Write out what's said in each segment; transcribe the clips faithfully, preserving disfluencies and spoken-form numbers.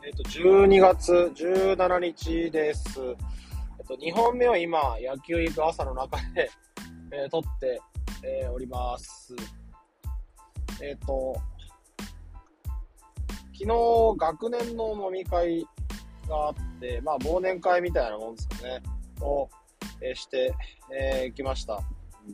えっと、じゅうにがつじゅうしちにちです。えっと、にほんめを今、野球行く朝の中で、えー、撮って、えー、おります。えっと、昨日、学年の飲み会があって、まあ、忘年会みたいなもんですかね、を、えー、して、えー、きました。うん、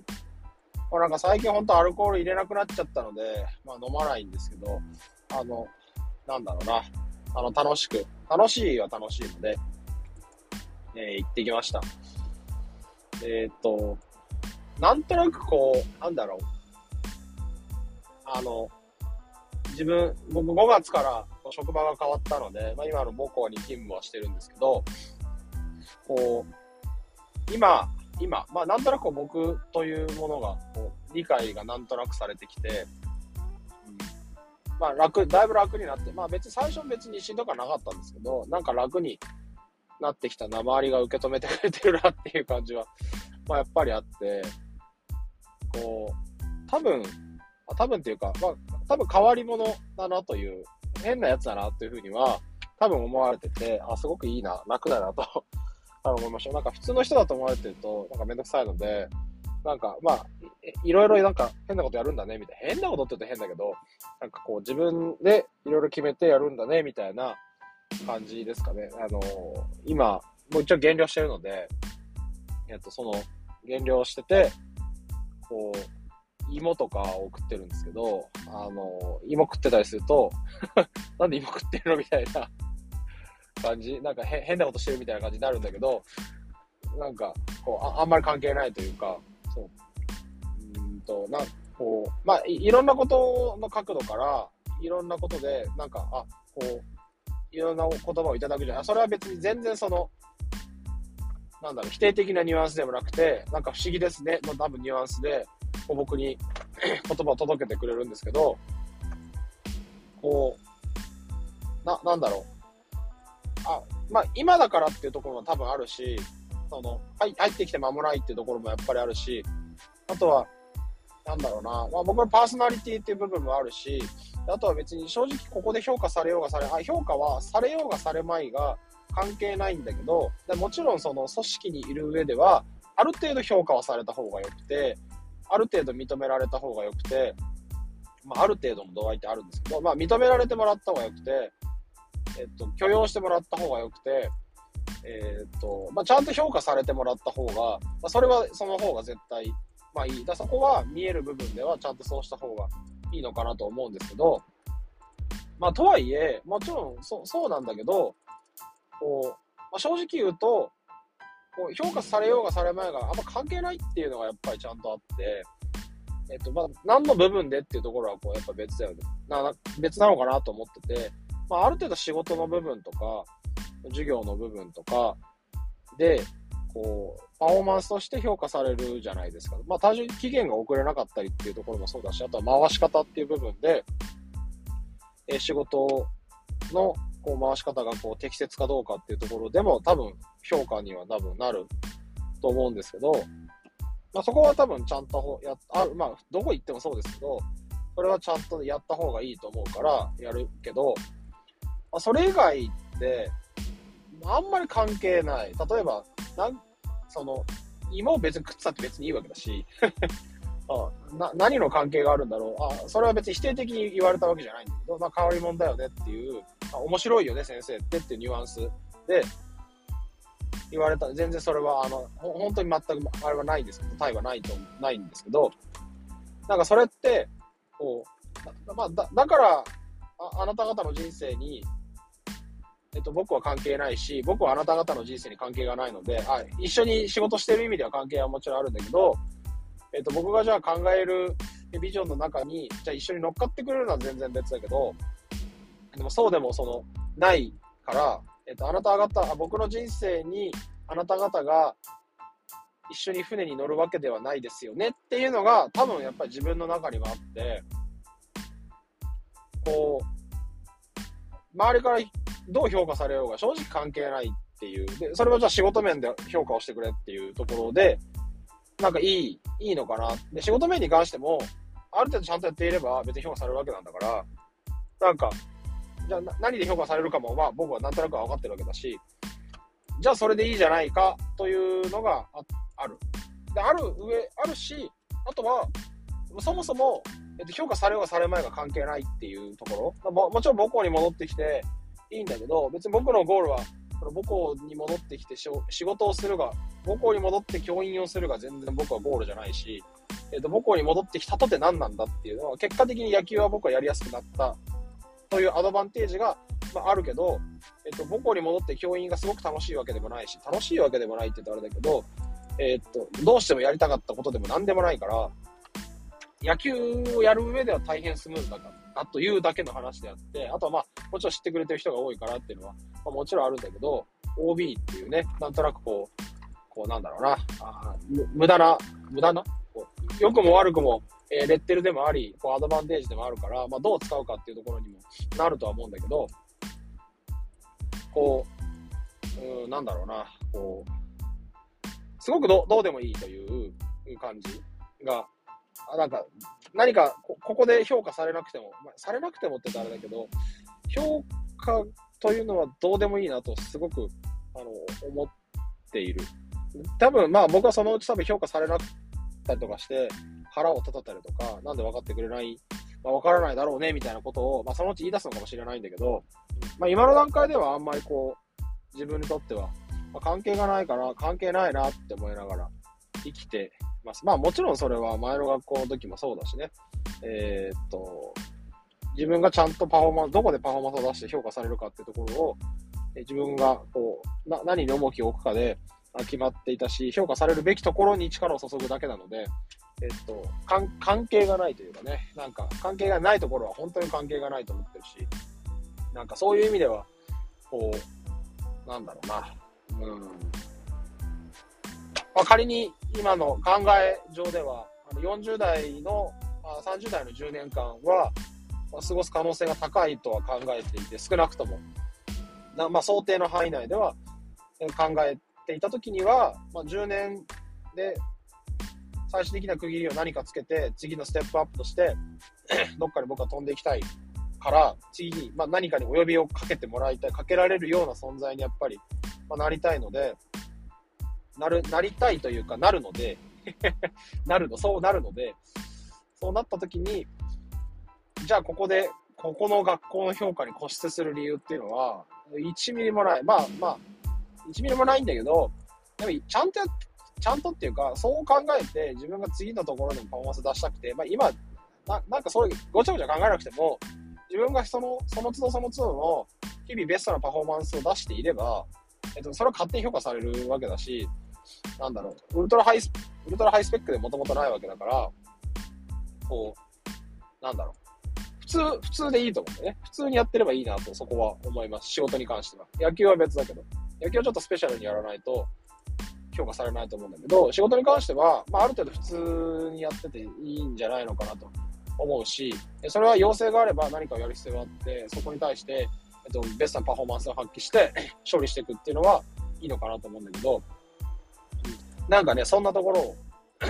これなんか最近本当アルコール入れなくなっちゃったので、まあ、飲まないんですけど、あの、なんだろうな、あの、楽しく、楽しいは楽しいので、えー、行ってきました。えっと、なんとなくこう、なんだろう、あの、自分、僕ごがつから職場が変わったので、まあ、今の母校に勤務はしてるんですけど、こう、今、今、まあ、なんとなく僕というものが、こう、理解がなんとなくされてきて、うん、まあ、楽、だいぶ楽になって、まあ、別に最初別にしんどくはなかったんですけど、なんか楽になってきたな、周りが受け止めてくれてるなっていう感じは、まあ、やっぱりあって、こう、多分、多分っていうか、まあ、多分変わり者だなという、変なやつだなというふうには、多分思われてて、あ、すごくいいな、楽だなと思いました。なんか普通の人だと思われてると、なんかめんどくさいので、なんか、まあ、い, いろいろなんか変なことやるんだね、みたいな。変なことって言うと変だけど、なんかこう自分でいろいろ決めてやるんだね、みたいな感じですかね。あのー、今、もう一応減量してるので、えっと、その、減量してて、こう、芋とかを食ってるんですけど、あの、芋食ってたりすると、なんで芋食ってるのみたいな感じ、なんか変なことしてるみたいな感じになるんだけど、なんか、こう、あ, あんまり関係ないというか、そう。うーんと、な、こう、まあい、いろんなことの角度から、いろんなことで、なんか、あ、こう、いろんな言葉をいただくじゃない。それは別に全然その、なんだろう、否定的なニュアンスでもなくて、なんか不思議ですねの多分ニュアンスで、こう僕に言葉を届けてくれるんですけど、こう、な、なんだろう。あ、まあ、今だからっていうところも多分あるし、その、はい、入ってきて間もないっていうところもやっぱりあるし、あとは、なんだろうな、まあ僕のパーソナリティっていう部分もあるし、あとは別に正直ここで評価されようがされ、あ、評価はされようがされまいが関係ないんだけど、もちろんその組織にいる上では、ある程度評価はされた方がよくて、ある程度認められた方がよくて、まあ、ある程度の度合いってあるんですけど、まあ、認められてもらった方がよくて、えっと、許容してもらった方がよくて、えっと、まあ、ちゃんと評価されてもらった方が、まあ、それはその方が絶対、まあいい。だそこは見える部分ではちゃんとそうした方がいいのかなと思うんですけど、まあ、とはいえ、もちろんそそうなんだけど、こう、まあ、正直言うと、こう評価されようがされまいがあんま関係ないっていうのがやっぱりちゃんとあって、えっと、まあ、何の部分でっていうところはこうやっぱ別だよね。な別なのかなと思ってて、まあ、ある程度仕事の部分とか、授業の部分とかで、こう、パフォーマンスとして評価されるじゃないですか。まあ、単純に期限が遅れなかったりっていうところもそうだし、あとは回し方っていう部分で、えー、仕事のこう回し方がこう適切かどうかっていうところでも多分評価には多分なると思うんですけど、まあ、そこは多分ちゃんとやっあまあどこ行ってもそうですけど、それはちゃんとやった方がいいと思うからやるけど、まあ、それ以外ってあんまり関係ない。例えばなんその芋を別に食ってたって別にいいわけだしあな何の関係があるんだろう。あそれは別に否定的に言われたわけじゃないんだけど、まあ、変わり者だよねっていう、あ面白いよね先生ってっていうニュアンスで言われた。全然それはあの本当に全くあれはないんですけど、対はないとないんですけど、なんかそれってこう だ,、まあ、だ, だからああなた方の人生に、えっと、僕は関係ないし、僕はあなた方の人生に関係がないので、あ一緒に仕事してる意味では関係はもちろんあるんだけど、えっと、僕がじゃあ考えるビジョンの中にじゃあ一緒に乗っかってくれるのは全然別だけど、でもそうでもそのないから、えっと、あなた方、僕の人生にあなた方が一緒に船に乗るわけではないですよねっていうのが多分やっぱり自分の中にはあって、こう周りからどう評価されようが正直関係ないっていう。で、それはじゃあ仕事面で評価をしてくれっていうところで、なんかいい、いいのかな。で、仕事面に関しても、ある程度ちゃんとやっていれば別に評価されるわけなんだから、なんか、 じゃあ何で評価されるかも、まあ僕はなんとなくは分かってるわけだし、じゃあそれでいいじゃないかというのが あ, ある。で、ある上、あるし、あとは、そもそも、えっと、評価されようがされまいが関係ないっていうところ。も, もちろん母校に戻ってきていいんだけど、別に僕のゴールは、その母校に戻ってきて仕事をするが、母校に戻って教員をするが全然僕はゴールじゃないし、えっと、母校に戻ってきたとて何なんだっていうのは、結果的に野球は僕はやりやすくなったというアドバンテージが、まあ、あるけど、えっと、母校に戻って教員がすごく楽しいわけでもないし、楽しいわけでもないって言ったらあれだけど、えっと、どうしてもやりたかったことでも何でもないから、野球をやる上では大変スムーズだからというだけの話であって、あとはまあ、もちろん知ってくれてる人が多いからっていうのは、まあ、もちろんあるんだけど、オービー っていうね、なんとなくこう、こうなんだろうな、あ無駄な、無駄な、こう良くも悪くも、えー、レッテルでもあり、こうアドバンテージでもあるから、まあどう使うかっていうところにもなるとは思うんだけど、こう、うん、なんだろうな、こう、すごく ど, どうでもいいという感じが、なんか、何かこ、ここで評価されなくても、まあ、されなくてもって言ったらあれだけど、評価というのはどうでもいいなとすごく、あの、思っている。多分、まあ僕はそのうち多分評価されなかったりとかして、腹を立たったりとか、なんで分かってくれない、まあ、分からないだろうね、みたいなことを、まあそのうち言い出すのかもしれないんだけど、まあ今の段階ではあんまりこう、自分にとっては、まあ、関係がないから、関係ないなって思いながら生きてます。まあもちろんそれは前の学校の時もそうだしね。えー、っと、自分がちゃんとパフォーマンス、どこでパフォーマンスを出して評価されるかっていうところを、自分がこう、な何に重きを置くかで決まっていたし、評価されるべきところに力を注ぐだけなので、えっと、関係がないというかね、なんか関係がないところは本当に関係がないと思ってるし、なんかそういう意味では、こう、なんだろうな、うん。まあ、仮に今の考え上では、よんじゅう代の、さんじゅう代のじゅうねんかんは、過ごす可能性が高いとは考えていて、少なくとも、なまあ、想定の範囲内では考えていたときには、まあ、じゅうねんで最終的な区切りを何かつけて、次のステップアップとして、どっかに僕は飛んでいきたいから、次に、まあ、何かにお呼びをかけてもらいたい、かけられるような存在にやっぱり、まあ、なりたいので、なる、なりたいというか、なるので、なるの、そうなるので、そうなったときに、じゃあここで、ここの学校の評価に固執する理由っていうのは、いちミリもない。まあまあ、いちミリもないんだけど、でもちゃんとや、ちゃんとっていうか、そう考えて自分が次のところでもパフォーマンス出したくて、まあ今、な, なんかそういうごちゃごちゃ考えなくても、自分がその、その都度その都度の日々ベストなパフォーマンスを出していれば、えっと、それは勝手に評価されるわけだし、なんだろう、ウルトラハイス、ウルトラハイスペックでもともとないわけだから、こう、なんだろう。普通、普通でいいと思うんでね。普通にやってればいいなと、そこは思います。仕事に関しては。野球は別だけど。野球はちょっとスペシャルにやらないと評価されないと思うんだけど、仕事に関しては、まあある程度普通にやってていいんじゃないのかなと思うし、それは要請があれば何かをやる必要があって、そこに対して、えっと、ベストなパフォーマンスを発揮して勝利していくっていうのはいいのかなと思うんだけど、なんかね、そんなところを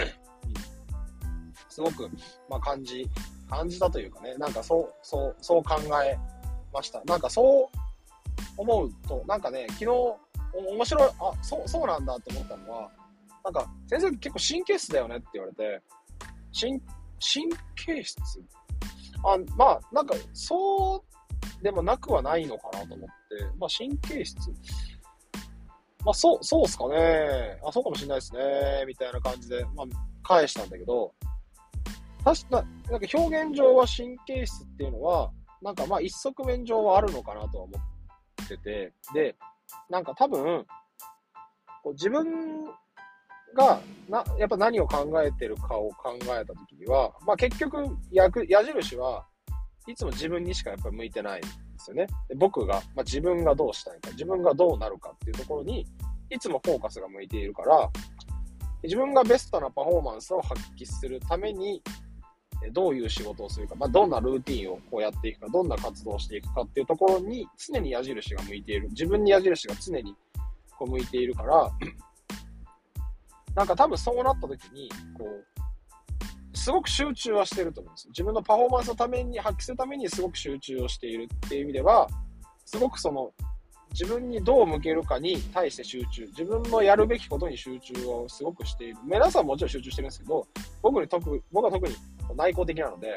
すごく、まあ、感じ、感じたというかね、なんかそう、そう、そう考えました。なんかそう思うと、なんかね、昨日、面白い、あ、そう、そうなんだって思ったのは、なんか、先生結構神経質だよねって言われて、神、神経質あ、まあ、なんか、そうでもなくはないのかなと思って、まあ、神経質まあ、そう、そうっすかね。あ、そうかもしれないですね。みたいな感じで、まあ、返したんだけど、確か、なんか表現上は神経質っていうのは、なんかまあ一側面上はあるのかなとは思ってて、で、なんか多分、こう自分がな、やっぱ何を考えてるかを考えたときには、まあ結局矢、矢印はいつも自分にしかやっぱり向いてないんですよね。で僕が、まあ、自分がどうしたいか、自分がどうなるかっていうところに、いつもフォーカスが向いているから、自分がベストなパフォーマンスを発揮するために、どういう仕事をするか、まあ、どんなルーティンをこうやっていくか、どんな活動をしていくかっていうところに常に矢印が向いている。自分に矢印が常にこう向いているから、なんか多分そうなった時に、こう、 すごく集中はしてると思うんです。自分のパフォーマンスのために、発揮するためにすごく集中をしているっていう意味では、すごくその、自分にどう向けるかに対して集中、自分のやるべきことに集中をすごくしている。皆さんもちろん集中してるんですけど、僕に特、僕は特に内向的なので、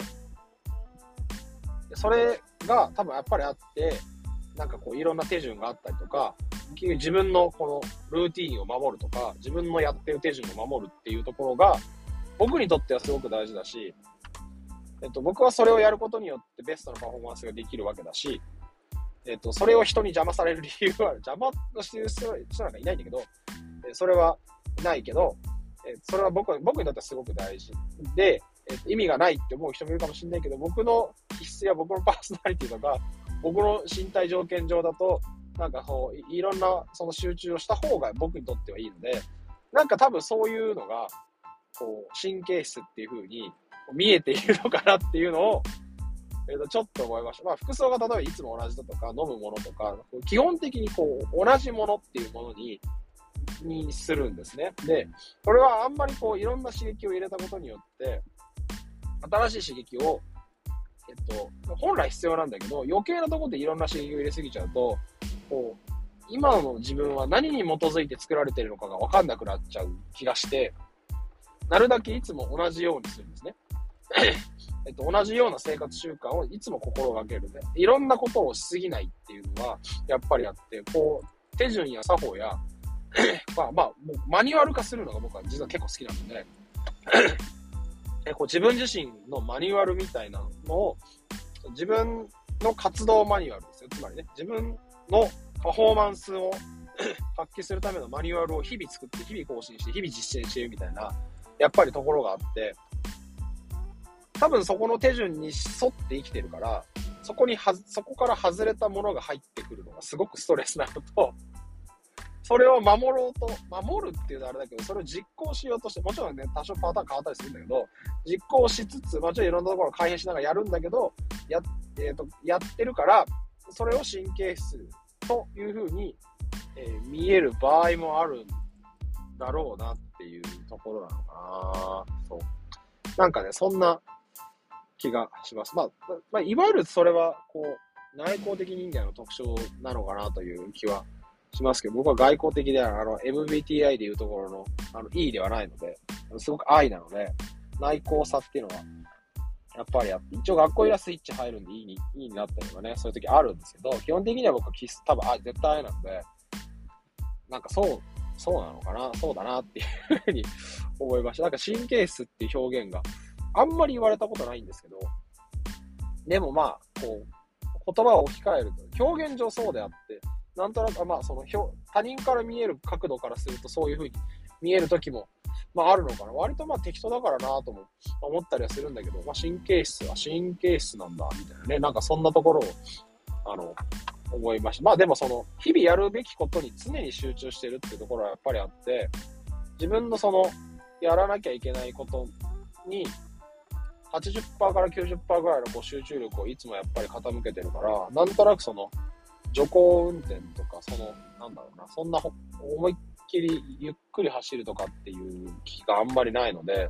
それが多分やっぱりあって、なんかこういろんな手順があったりとか、自分のこのルーティーンを守るとか、自分のやってる手順を守るっていうところが、僕にとってはすごく大事だし、えっと、僕はそれをやることによってベストなパフォーマンスができるわけだし、えっと、それを人に邪魔される理由は、邪魔をしてる人なんかいないんだけど、それはないけど、それは僕僕にとってはすごく大事で、えっと、意味がないって思う人もいるかもしれないけど、僕の気質や僕のパーソナリティとか、僕の身体条件上だと、なんかこう、いろんなその集中をした方が僕にとってはいいので、なんか多分そういうのが、こう、神経質っていう風に見えているのかなっていうのを、えーと、ちょっと思いました。まあ、服装が例えばいつも同じだとか、飲むものとか、基本的にこう、同じものっていうものに、にするんですね。で、これはあんまりこう、いろんな刺激を入れたことによって、新しい刺激を、えっと、本来必要なんだけど、余計なところでいろんな刺激を入れすぎちゃうと、こう、今の自分は何に基づいて作られているのかが分かんなくなっちゃう気がして、なるだけいつも同じようにするんですね。えっと、同じような生活習慣をいつも心がけるね。いろんなことをしすぎないっていうのは、やっぱりあって、こう、手順や作法や、まあまあ、もうマニュアル化するのが僕は実は結構好きなので、えこう自分自身のマニュアルみたいなのを、自分の活動マニュアルですよ。つまりね、自分のパフォーマンスを発揮するためのマニュアルを日々作って、日々更新して、日々実践しているみたいな、やっぱりところがあって、多分そこの手順に沿って生きてるから、そこには、そこから外れたものが入ってくるのがすごくストレスなのと、それを守ろうと、守るっていうのはあれだけど、それを実行しようとして、もちろんね、多少パターン変わったりするんだけど、実行しつつ、もちろんいろんなところを改変しながらやるんだけど、や、えーと、やってるから、それを神経質というふうに、えー、見える場合もあるんだろうなっていうところなのかな。そう。なんかね、そんな気がします。まあ、まあ、いわゆるそれは、こう、内向的人間の特徴なのかなという気はしますけど、僕は外交的である、あの、エムビーティーアイ でいうところの、あの、E ではないので、すごく I なので、内向さっていうのは、やっぱりあって、一応学校いらスイッチ入るんで E に、E になったりとかね、そういう時あるんですけど、基本的には僕はキス、多分、あ、絶対 I なので、なんかそう、そうなのかな、そうだなっていうふうに思いました。なんか神経質っていう表現があんまり言われたことないんですけど、でもまあ、こう、言葉を置き換えると、表現上そうであって、なんとなく、まあ、その表、他人から見える角度からするとそういうふうに見える時も、まああるのかな。割とまあ適当だからなとも思ったりはするんだけど、まあ神経質は神経質なんだ、みたいなね。なんかそんなところを、あの、思いました。まあでもその、日々やるべきことに常に集中してるっていうところはやっぱりあって、自分のその、やらなきゃいけないことに、はちじゅっパーセント から きゅうじゅっパーセント ぐらいのこう集中力をいつもやっぱり傾けてるから、なんとなくその、徐行運転とか、その、なんだろうな、そんな思いっきりゆっくり走るとかっていう気があんまりないので、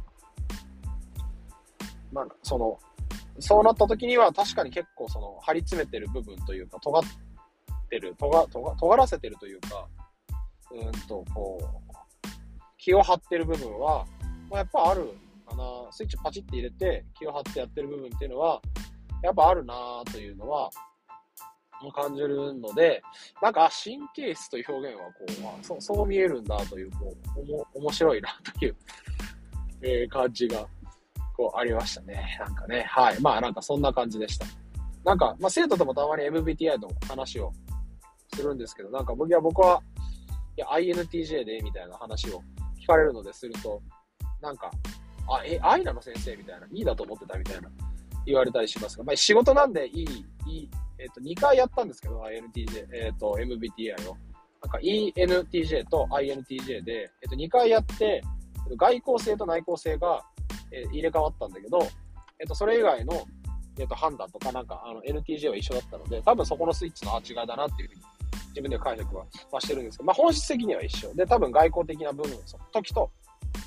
まあ、その、そうなった時には確かに結構その、張り詰めてる部分というか、尖ってる、尖、尖、尖らせてるというか、うーんと、こう、気を張ってる部分は、まあ、やっぱあるかな。スイッチパチって入れて、気を張ってやってる部分っていうのは、やっぱあるなというのは、感じるので、なんか、神経質という表現は、こう、まあ、そう、そう見えるんだという、こう、おも、面白いなという、えー、感じが、こう、ありましたね。なんかね。はい。まあ、なんかそんな感じでした。なんか、まあ、生徒ともたまに エムビーティーアイ の話をするんですけど、なんか僕は、僕は、いや、アイエヌティージェー で、みたいな話を聞かれるのですると、なんか、あ、え、アイナの先生みたいな、いいだと思ってたみたいな、言われたりしますが、まあ、仕事なんでいい、いい、えっと、にかいやったんですけど、アイエヌティージェー、えっと、エムビーティーアイ を。なんか イーエヌティージェー と アイエヌティージェー で、えっと、にかいやって、外交性と内向性が、えー、入れ替わったんだけど、えっと、それ以外の、えっと、判断とか、なんか、あの、エヌティージェー は一緒だったので、多分そこのスイッチの違いだなっていうふうに、自分で解釈は、まあ、してるんですけど、まあ、本質的には一緒。で、多分外交的な部分、その時と、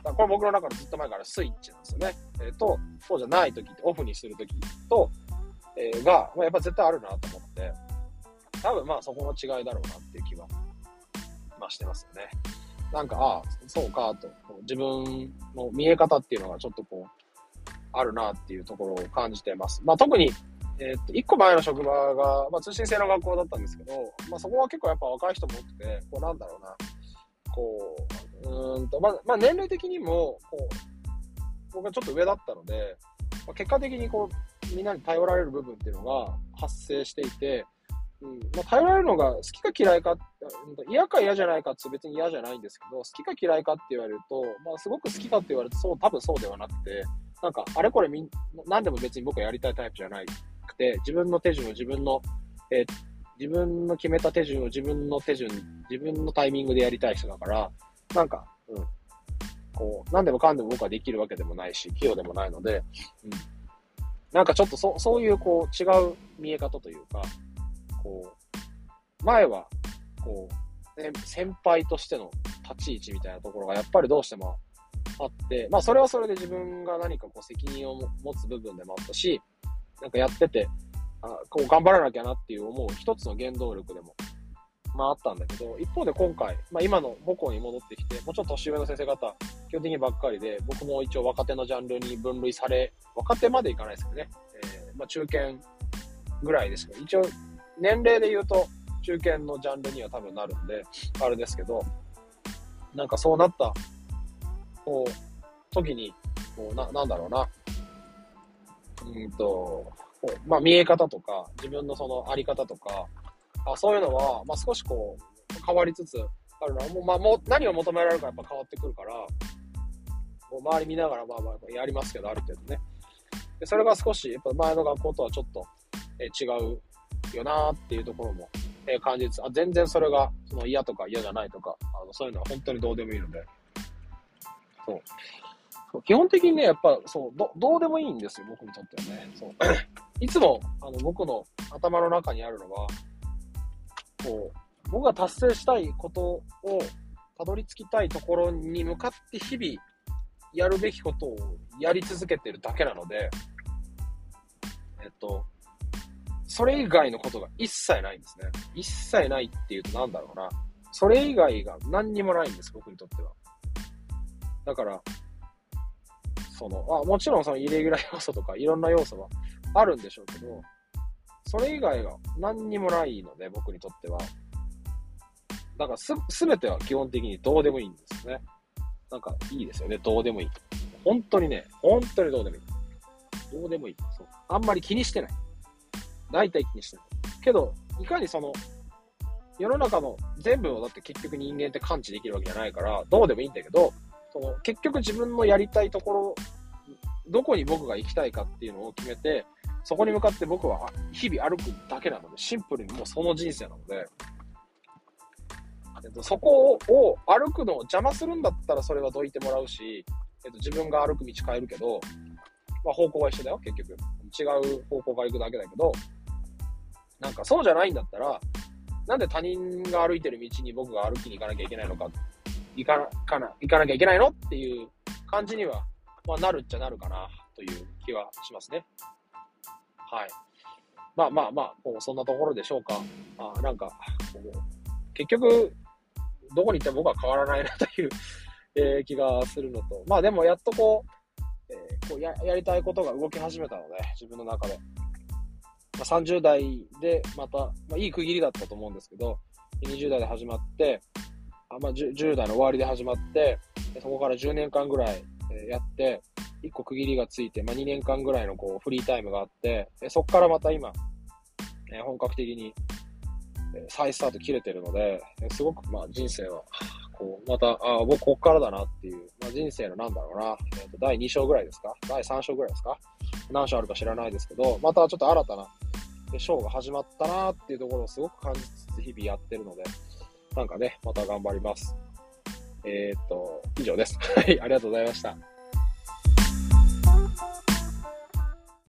これ僕の中のずっと前からスイッチなんですよね。えー、と、そうじゃない時って、オフにする時と、えー、が、まあ、やっぱ絶対あるなと思って、多分まあそこの違いだろうなっていう気は、まあしてますよね。なんか、ああ、そうかと、自分の見え方っていうのがちょっとこう、あるなっていうところを感じてます。まあ特に、えっと、一個前の職場が、まあ通信制の学校だったんですけど、まあそこは結構やっぱ若い人も多くて、こうなんだろうな、こう、うーんと、まあ、まあ年齢的にも、こう、僕はちょっと上だったので、まあ、結果的にこう、みんなに頼られる部分っていうのが発生していて、うんまあ、頼られるのが好きか嫌いか、嫌か嫌じゃないかって別に嫌じゃないんですけど、好きか嫌いかって言われると、まあ、すごく好きかって言われると、そう、多分そうではなくて、なんか、あれこれみん、何でも別に僕はやりたいタイプじゃなくて、自分の手順を自分の、えー、自分の決めた手順を自分の手順、自分のタイミングでやりたい人だから、なんか、うん、こう、何でもかんでも僕はできるわけでもないし、器用でもないので、うん、なんかちょっとそ、そういうこう、違う見え方というか、こう、前は、こう、ね、先輩としての立ち位置みたいなところがやっぱりどうしてもあって、まあそれはそれで自分が何かこう責任を持つ部分でもあったし、なんかやってて、あこう頑張らなきゃなっていう思う一つの原動力でも、まああったんだけど、一方で今回、まあ今の母校に戻ってきて、もうちょっと年上の先生方、基本的にばっかりで、僕も一応若手のジャンルに分類され、若手までいかないですけどね、えー、まあ中堅ぐらいですけど、一応、年齢で言うと中堅のジャンルには多分なるんで、あれですけど、なんかそうなった、こう、時に、こう、な、なんだろうな、うんと、こうまあ見え方とか、自分のそのあり方とか、あそういうのは、まあ少しこう、変わりつつあるのは、もう、まあもう何を求められるかやっぱ変わってくるから、こう周り見ながらまあまあやりますけど、ある程度ね。でそれが少し、やっぱ前の学校とはちょっと、えー、違う、よなーっていうところも、えー、感じつつ、あ、全然それがその嫌とか嫌じゃないとか、あのそういうのは本当にどうでもいいので、そう。そう基本的にね、やっぱそうど、どうでもいいんですよ、僕にとってはね。そういつもあの僕の頭の中にあるのは、こう、僕が達成したいことをたどり着きたいところに向かって日々やるべきことをやり続けてるだけなので、えっと、それ以外のことが一切ないんですね。一切ないっていうとなんだろうな。それ以外が何にもないんです、僕にとっては。だから、その、あ、もちろんそのイレギュラー要素とかいろんな要素はあるんでしょうけど、それ以外が何にもないので、僕にとっては。だからす、すべては基本的にどうでもいいんですよね。なんかいいですよね、どうでもいい。本当にね、本当にどうでもいい。どうでもいい。そう。あんまり気にしてない。大体気にしてない。けど、いかにその、世の中の全部をだって結局人間って感知できるわけじゃないから、どうでもいいんだけど、その結局自分のやりたいところ、どこに僕が行きたいかっていうのを決めて、そこに向かって僕は日々歩くだけなので、シンプルにもうその人生なので、えっと、そこを歩くのを邪魔するんだったらそれはどいてもらうし、えっと、自分が歩く道変えるけど、まあ方向は一緒だよ、結局。違う方向から行くだけだけど、なんかそうじゃないんだったら、なんで他人が歩いてる道に僕が歩きに行かなきゃいけないのか、行かな、かな、行かなきゃいけないのっていう感じには、まあなるっちゃなるかな、という気はしますね。はい。まあまあまあ、もうそんなところでしょうか。あなんか、結局、どこに行っても僕は変わらないなという、えー、気がするのと、まあでもやっとこう、えー、こう や, やりたいことが動き始めたので、自分の中で。まあ、さんじゅう代でまた、まあ、いい区切りだったと思うんですけど、にじゅう代で始まって、あまあ、じゅう代の終わりで始まって、そこからじゅうねんかんぐらいやって、いっこ区切りがついて、まあ、にねんかんぐらいのこうフリータイムがあって、そこからまた今、本格的に再スタート切れてるので、すごくまあ人生は、こう、また、あ僕こっからだなっていう、まあ、人生のなんだろうな、えーと、だいに章ぐらいですかだいさん章ぐらいですか何章あるか知らないですけど、またちょっと新たな章が始まったなっていうところをすごく感じつつ日々やってるので、なんかね、また頑張ります。えー、っと、以上です。はい、ありがとうございました。